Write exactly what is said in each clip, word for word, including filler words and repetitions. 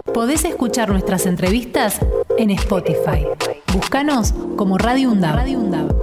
Podés escuchar nuestras entrevistas en Spotify. Búscanos como Radio UNDAB. Radio UNDAB.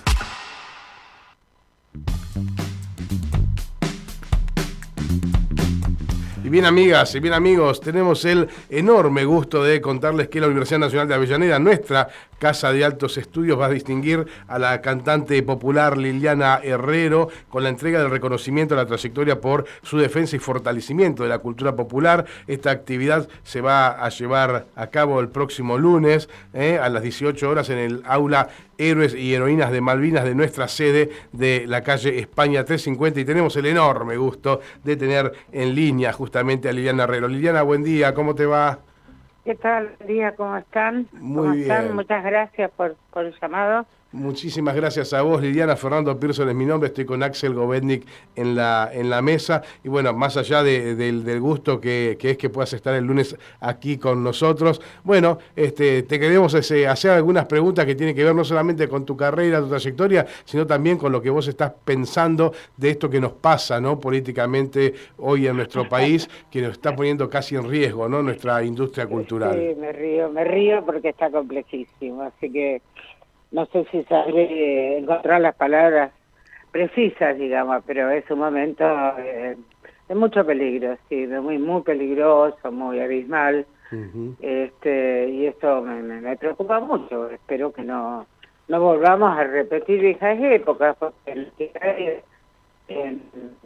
Y bien, amigas y bien amigos, tenemos el enorme gusto de contarles que la Universidad Nacional de Avellaneda, nuestra Casa de Altos Estudios, va a distinguir a la cantante popular Liliana Herrero con la entrega del reconocimiento a la trayectoria por su defensa y fortalecimiento de la cultura popular. Esta actividad se va a llevar a cabo el próximo lunes eh, a las dieciocho horas en el aula Héroes y Heroínas de Malvinas de nuestra sede de la calle España trescientos cincuenta, y tenemos el enorme gusto de tener en línea justamente a Liliana Herrero. Liliana, buen día, ¿cómo te va? ¿Qué tal? Buen día, ¿cómo están? Muy ¿Cómo bien. están? Muchas gracias por, por el llamado. Muchísimas gracias a vos, Liliana. Fernando Pearson es mi nombre, estoy con Axel Govetnik en la, en la mesa. Y bueno, más allá de, de, del gusto que, que es que puedas estar el lunes aquí con nosotros, bueno, este, te queremos ese, hacer algunas preguntas que tienen que ver no solamente con tu carrera, tu trayectoria, sino también con lo que vos estás pensando de esto que nos pasa, ¿no?, políticamente hoy en nuestro país, que nos está poniendo casi en riesgo, ¿no?, nuestra industria cultural. Sí, me río, me río porque está complejísimo, así que no sé si sabré encontrar las palabras precisas, digamos, pero es un momento eh, de mucho peligro, sí, de muy muy peligroso, muy abismal, uh-huh. este y esto me, me, me preocupa mucho. Espero que no no volvamos a repetir viejas épocas, porque el que hay en,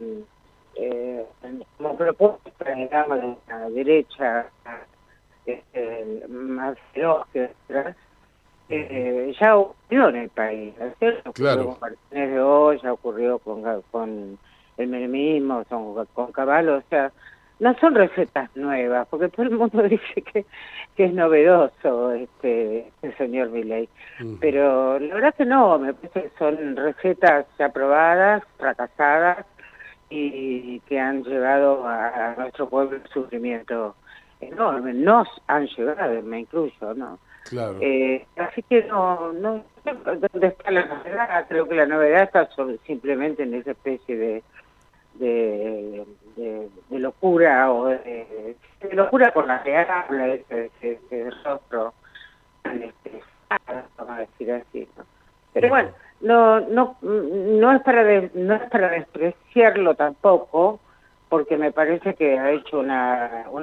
eh, como propuesta, digamos, de la derecha este, más feroz que otras, Eh, ya ocurrió en el país, ¿cierto? Claro. Ocurrió con Martínez de Oya, ocurrió con, con el menemismo, son, con Caballo, o sea, no son recetas nuevas, porque todo el mundo dice que, que es novedoso este, el señor Milei, uh-huh. pero la verdad que no, me parece que son recetas ya probadas, fracasadas, y que han llevado a, a nuestro pueblo un sufrimiento enorme, nos han llevado, me incluyo, ¿no? Claro. Eh, así que no, no sé dónde está la novedad. Creo que la novedad está sobre, simplemente en esa especie de de, de, de locura o de, de locura por la que habla ese, ese, ese rostro tan estresado, vamos a decir así, ¿no? Pero bueno, no no no es para de, no es para despreciarlo tampoco, porque me parece que ha hecho una, una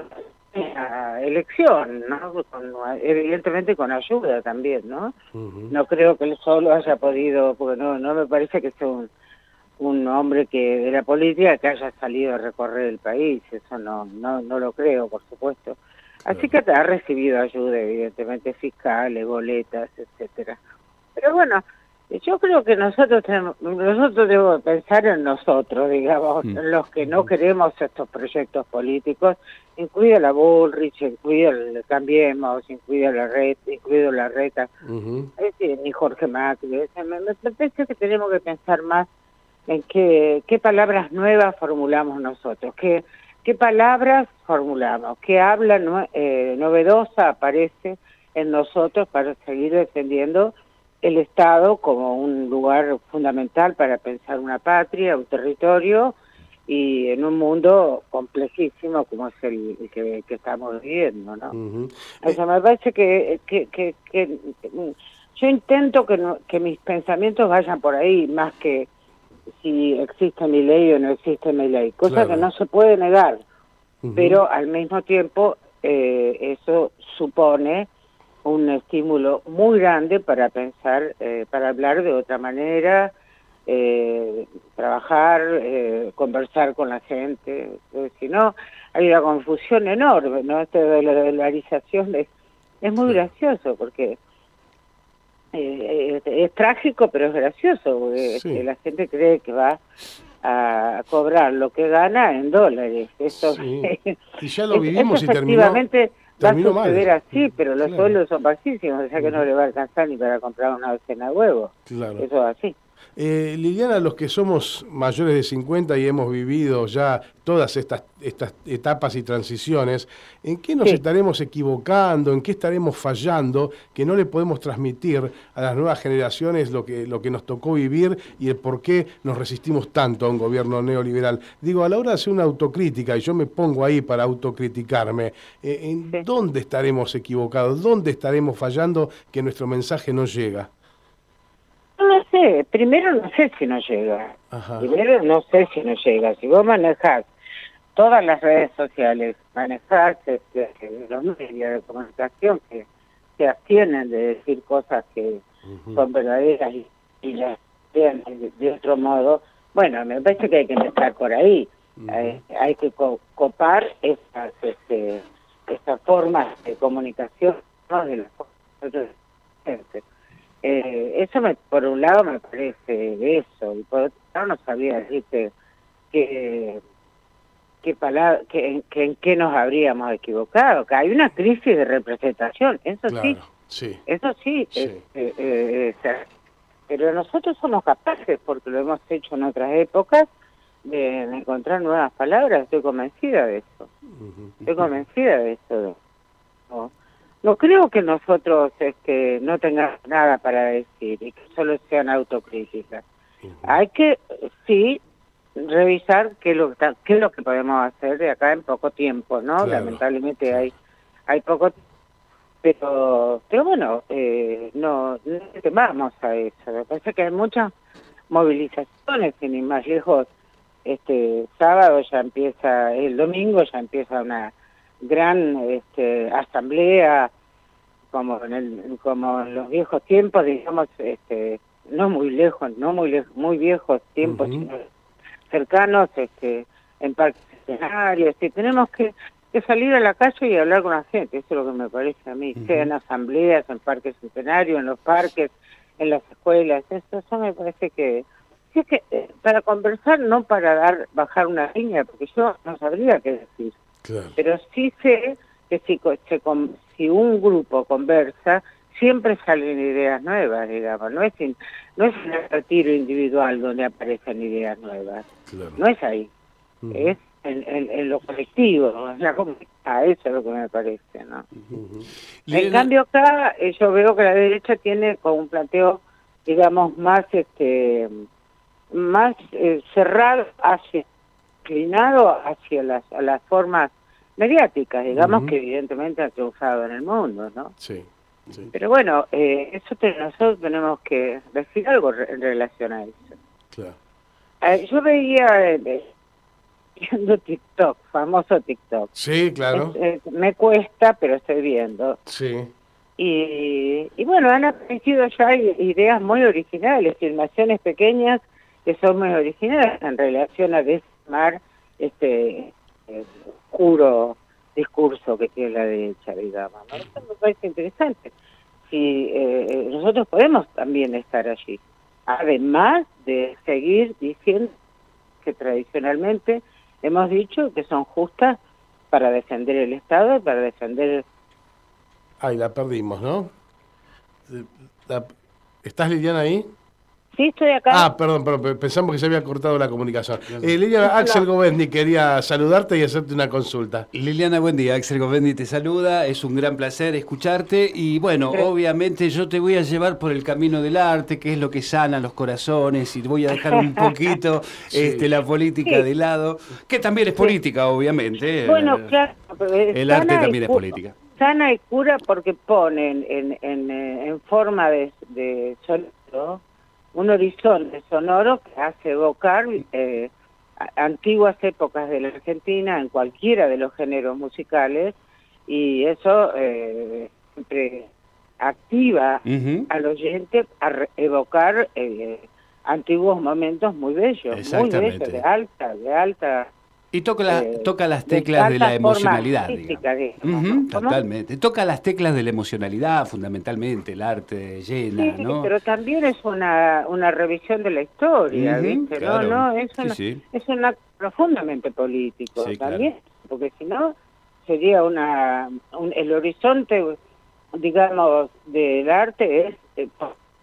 elección, ¿no? Con, evidentemente con ayuda también, ¿no? Uh-huh. No creo que él solo haya podido, porque no no me parece que sea un, un hombre que de la política que haya salido a recorrer el país, eso no no no lo creo, por supuesto. Así que ha recibido ayuda, evidentemente, fiscales, boletas, etcétera. Pero bueno, yo creo que nosotros tenemos, nosotros debemos pensar en nosotros, digamos, mm. en los que no queremos estos proyectos políticos, incluida la Bullrich, incluida el Cambiemos, incluida la Red, incluido la Reta, uh-huh. es decir, ni Jorge Macri. Me, me, me parece que tenemos que pensar más en qué, qué palabras nuevas formulamos nosotros, qué, qué palabras formulamos, qué habla no, eh, novedosa aparece en nosotros para seguir defendiendo el Estado como un lugar fundamental para pensar una patria, un territorio, y en un mundo complejísimo como es el, el que, que estamos viviendo, ¿no? Uh-huh. O sea, me parece que, que, que, que yo intento que, no, que mis pensamientos vayan por ahí, más que si existe mi ley o no existe mi ley, cosa claro. que no se puede negar, uh-huh. pero al mismo tiempo eh, eso supone un estímulo muy grande para pensar, eh, para hablar de otra manera, eh, trabajar, eh, conversar con la gente. Si no, hay una confusión enorme, ¿no? Esto de la dolarización es, es muy gracioso, porque eh, es, es trágico, pero es gracioso, porque sí. la gente cree que va a cobrar lo que gana en dólares. Esto sí. y ya lo vivimos y terminó... Va a suceder mal. así, pero los claro. sueldos son bajísimos, o sea que no le va a alcanzar ni para comprar una docena de huevos. Claro. Eso es así. Eh, Liliana, los que somos mayores de cincuenta y hemos vivido ya todas estas, estas etapas y transiciones, ¿en qué nos Sí. estaremos equivocando? ¿En qué estaremos fallando que no le podemos transmitir a las nuevas generaciones lo que, lo que nos tocó vivir y el por qué nos resistimos tanto a un gobierno neoliberal? Digo, a la hora de hacer una autocrítica, y yo me pongo ahí para autocriticarme, eh, ¿en Sí. dónde estaremos equivocados? ¿Dónde estaremos fallando que nuestro mensaje no llega? No sé, primero no sé si nos llega. Ajá. Primero no sé si nos llega. Si vos manejás todas las redes sociales, manejás este, los medios de comunicación que se abstienen de decir cosas que Uh-huh. son verdaderas y, y las vean de, de otro modo, bueno, me parece que hay que empezar por ahí. Uh-huh. hay, hay que co copar esas, este, esas formas de comunicación, ¿no? De las otras gente. Eh, eso me, por un lado me parece eso, y por otro lado no sabía decirte que, que, palabra, que, que en qué nos habríamos equivocado, que hay una crisis de representación, eso Claro, sí, sí. eso sí, Sí. es, eh, eh, es, pero nosotros somos capaces, porque lo hemos hecho en otras épocas, de, de encontrar nuevas palabras, estoy convencida de eso, Uh-huh. estoy convencida de eso. No, no creo que nosotros este, no tengamos nada para decir y que solo sean autocríticas. Uh-huh. Hay que, sí, revisar qué es lo, que- qué es lo que podemos hacer de acá en poco tiempo, ¿no? Claro, Lamentablemente claro. hay hay poco tiempo. Pero, pero bueno, eh, no, no temamos a eso. Me parece que hay muchas movilizaciones, sin ir más lejos. Este sábado ya empieza, el domingo ya empieza una gran este, asamblea, como en el, como en los viejos tiempos, digamos, este, no muy lejos, no muy lejos, muy viejos tiempos, Ujú. sino cercanos, este, en parques centenarios. Y tenemos que que salir a la calle y hablar con la gente, eso es lo que me parece a mí, Uh-huh. sea en asambleas, en parques centenarios, en los parques, en las escuelas, eso, eso me parece que, si es que eh, para conversar, no para dar bajar una línea, porque yo no sabría qué decir, Claro. pero sí sé que si, co- se con- si un grupo conversa, siempre salen ideas nuevas, digamos, no es, in- no es un retiro individual donde aparecen ideas nuevas, Claro. no es ahí, Uh-huh. es en, en, en lo colectivo, en la comunidad, eso es lo que me parece, ¿no? Uh-huh. En Liliana- cambio acá eh, yo veo que la derecha tiene como un planteo, digamos, más este más eh, cerrado, hacia inclinado hacia las, a las formas mediáticas, digamos, Ujú. que evidentemente han triunfado en el mundo, ¿no? Sí, sí, Pero bueno, eh, eso te- nosotros tenemos que decir algo re- en relación a eso. claro. Eh, yo veía... eh, viendo TikTok, famoso TikTok. Sí, claro. Es- es- me cuesta, pero estoy viendo. Sí. Y, y bueno, han aparecido ya i- ideas muy originales, filmaciones pequeñas que son muy originales en relación a desarmar este eh, oscuro discurso que tiene la derecha, digamos, ¿no? Eso me parece interesante. Si eh, nosotros podemos también estar allí, además de seguir diciendo que tradicionalmente hemos dicho que son justas para defender el Estado y para defender... Ay, la perdimos, ¿no? La- ¿Estás, Liliana, ahí? Sí, estoy acá. Ah, perdón, perdón, pensamos que se había cortado la comunicación. Eh, Liliana, No. Axel Govendi quería saludarte y hacerte una consulta. Liliana, buen día. Axel Govendi te saluda. Es un gran placer escucharte. Y bueno, Gracias. obviamente yo te voy a llevar por el camino del arte, que es lo que sana los corazones, y voy a dejar un poquito Sí. este, la política Sí. de lado, que también es política, obviamente. Bueno, Eh, claro. pero es El arte sana y también es cu- política. Sana y cura porque ponen en, en, eh, en forma de, de sonido un horizonte sonoro que hace evocar eh, a- antiguas épocas de la Argentina en cualquiera de los géneros musicales, y eso eh, siempre activa Ujú. al oyente a re- evocar eh, antiguos momentos muy bellos, muy Exactamente. bellos, de alta, de alta... Y toca, la- eh, toca las de teclas de la alta forma emocionalidad, artística, digamos. digamos, Ujú, ¿no? ¿Cómo? totalmente. Toca las teclas de la emocionalidad, fundamentalmente, el arte llena, Sí, ¿no? pero también es una, una revisión de la historia, Ujú, ¿viste? claro. No, no, es, Sí, una, sí. es un acto profundamente político Sí, claro. también, porque si no sería una... un- el horizonte, digamos, del arte es eh,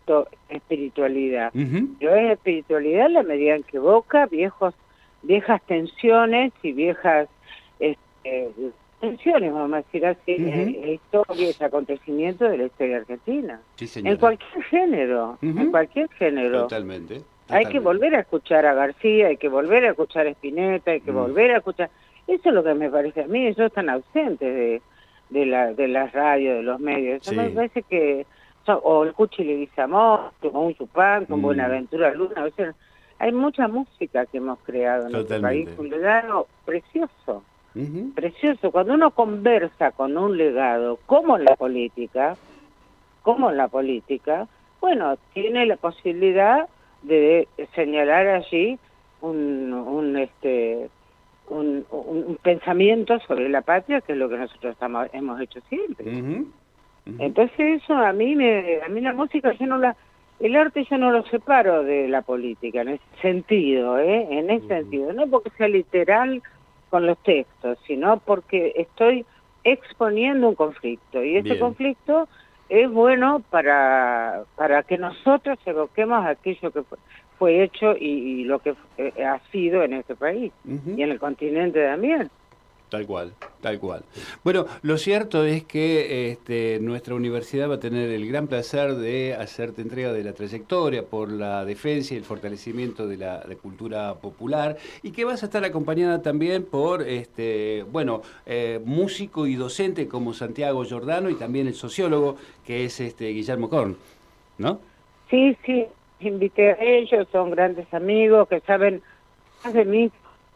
esto espiritualidad. Uh-huh. Yo es espiritualidad en la medida en que evoca viejos, viejas tensiones y viejas este, tensiones, vamos a decir así, Uh-huh. eh, historias, acontecimientos de la historia argentina. Sí, señora. En cualquier género, Uh-huh. en cualquier género. Totalmente. Hay que totalmente. volver a escuchar a García, hay que volver a escuchar a Spinetta, hay que Mm. volver a escuchar... Eso es lo que me parece a mí, ellos están ausentes de, de, la, de las radios, de los medios. Eso Sí. me parece que... son- o el Cuchi Leguizamón, o un Chupán, con Mm. Buenaventura Luna, a veces... Hay mucha música que hemos creado en nuestro país, Totalmente. un legado precioso, Uh-huh. precioso. Cuando uno conversa con un legado, como en la política, como en la política, bueno, tiene la posibilidad de señalar allí un, un este un, un, un pensamiento sobre la patria, que es lo que nosotros estamos, hemos hecho siempre. Uh-huh. Uh-huh. Entonces eso a mí me a mí la música yo no la el arte yo no lo separo de la política en ese sentido, ¿eh? En ese Ujú. sentido, no porque sea literal con los textos, sino porque estoy exponiendo un conflicto y ese Bien. conflicto es bueno para para que nosotros evoquemos aquello que fue, fue hecho y, y lo que eh, ha sido en este país Uh-huh. y en el continente también. Tal cual, tal cual. Bueno, lo cierto es que este, nuestra universidad va a tener el gran placer de hacerte entrega de la trayectoria por la defensa y el fortalecimiento de la, de cultura popular, y que vas a estar acompañada también por, este, bueno, eh, músico y docente como Santiago Giordano, y también el sociólogo que es este Guillermo Korn, ¿no? Sí, sí, invité a ellos, son grandes amigos que saben más de mí.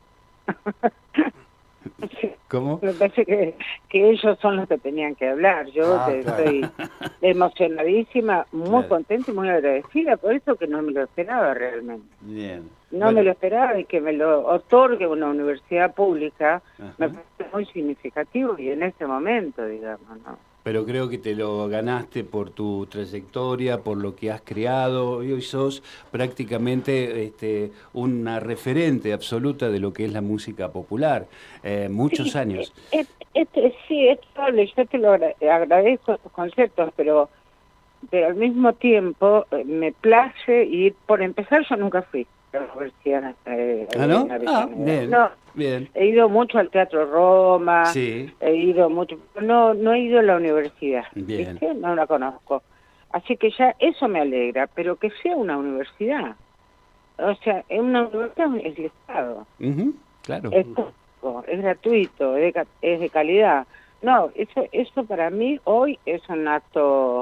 ¿Cómo? Me parece que, que ellos son los que tenían que hablar. Yo Ah, te- claro. estoy emocionadísima, muy Claro. contenta y muy agradecida por eso, que no me lo esperaba realmente. Bien. No Bueno, me lo esperaba, y que me lo otorgue una universidad pública Ajá. me parece muy significativo, y en este momento, digamos, ¿no? Pero creo que te lo ganaste por tu trayectoria, por lo que has creado, y hoy sos prácticamente este, una referente absoluta de lo que es la música popular. Eh, muchos Sí, años. es- Este, sí, es probable, yo te lo agra- agradezco estos conceptos, pero pero al mismo tiempo eh, me place ir, por empezar, yo nunca fui a la universidad. eh, ¿Ah, no? en Ah, Avellaneda. bien, No, bien. he ido mucho al Teatro Roma, Sí, he ido mucho, no no he ido a la universidad, Bien. ¿viste? No la conozco. Así que ya eso me alegra, pero que sea una universidad. O sea, en una universidad es el Estado. ujú, claro. Es público, es gratuito, es de, ca- es de calidad. No, eso eso para mí hoy es un acto,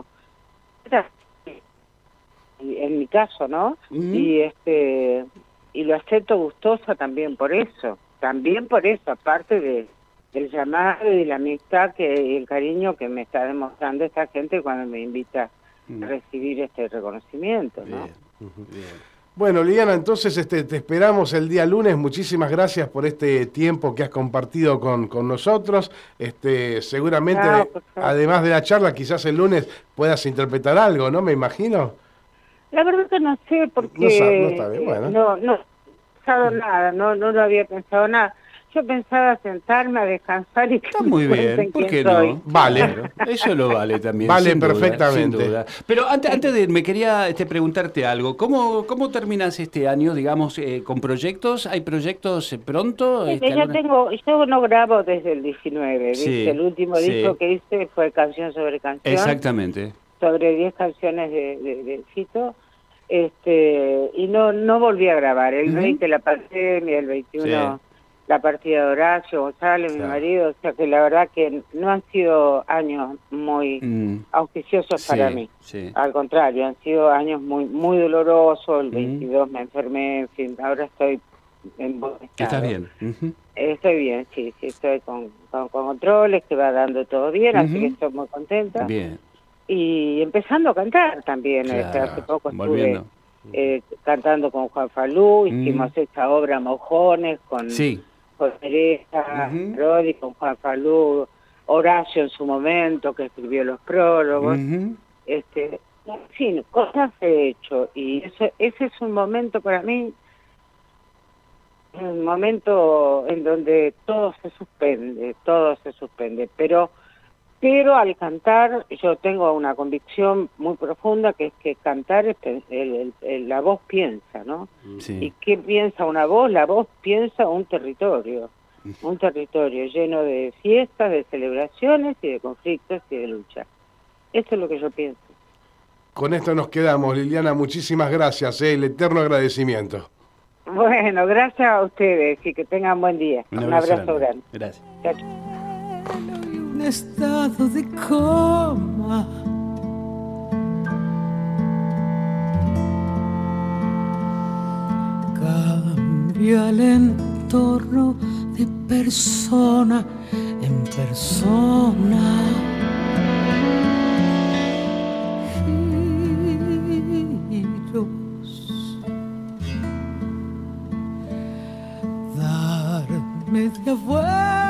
y en mi caso, ¿no? Ujú. Y este y lo acepto gustosa también por eso, también por eso, aparte de del llamado y la amistad que y el cariño que me está demostrando esta gente cuando me invita Mm. a recibir este reconocimiento, ¿no? Bien, bien. Bueno, Liliana, entonces este, te esperamos el día lunes. Muchísimas gracias por este tiempo que has compartido con, con nosotros. Este, seguramente, No, por favor. además de la charla, quizás el lunes puedas interpretar algo, ¿no? Me imagino. La verdad que no sé, porque No sabe, no está bien, bueno. no, no he pensado nada, no, no lo había pensado nada. Yo pensaba sentarme a descansar y que Está me muy cuenten bien, ¿por quién qué soy. no? Vale. Claro, eso lo vale también. Vale sin duda, perfectamente. sin duda. Pero antes, antes de me quería este, preguntarte algo. ¿Cómo, cómo terminas este año, digamos, eh, con proyectos? ¿Hay proyectos eh, pronto? Sí, Este, yo alguna- tengo, yo no grabo desde el diecinueve, ¿viste? Sí, El último sí. disco que hice fue Canción sobre Canción, Exactamente. sobre diez canciones de, de, de Fito, este, y no no volví a grabar. El Ujú. veinte la pandemia, el veintiuno Sí. la partida de Horacio González, mi Claro. marido, o sea que la verdad que no han sido años muy Mm, auspiciosos sí, para mí. sí. Al contrario, han sido años muy muy dolorosos. El Ujú. veintidós me enfermé, en fin, ahora estoy en buen estado. ¿Estás bien? Ujú. Estoy bien, sí, sí, estoy con, con, con controles, que va dando todo bien, así Ujú. que estoy muy contenta. Bien, Y empezando a cantar también, Claro, este, hace poco estuve volviendo. eh, cantando con Juan Falú, Mm. hicimos esta obra Mojones con, Sí. con Teresa, Ujú. Rodi, con Juan Falú, Horacio en su momento, que escribió los prólogos. Ujú. este en fin, cosas he hecho, y eso, ese es un momento para mí, un momento en donde todo se suspende, todo se suspende, pero Pero al cantar yo tengo una convicción muy profunda, que es que cantar es el, el, el, la voz piensa, ¿no? Sí. ¿Y qué piensa una voz? La voz piensa un territorio, un territorio lleno de fiestas, de celebraciones y de conflictos y de lucha. Eso es lo que yo pienso. Con esto nos quedamos, Liliana, muchísimas gracias, eh, el eterno agradecimiento. Bueno, gracias a ustedes y que tengan buen día. Un abrazo, un abrazo grande. Gracias. Chao, chao. Un estado de coma. Cambia el entorno de persona en persona. Giros. Dar media vuelta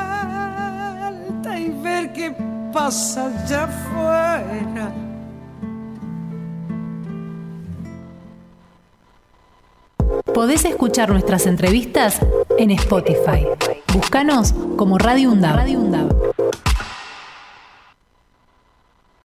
y ver qué pasa allá afuera. Podés escuchar nuestras entrevistas en Spotify. Búscanos como Radio UNDAB.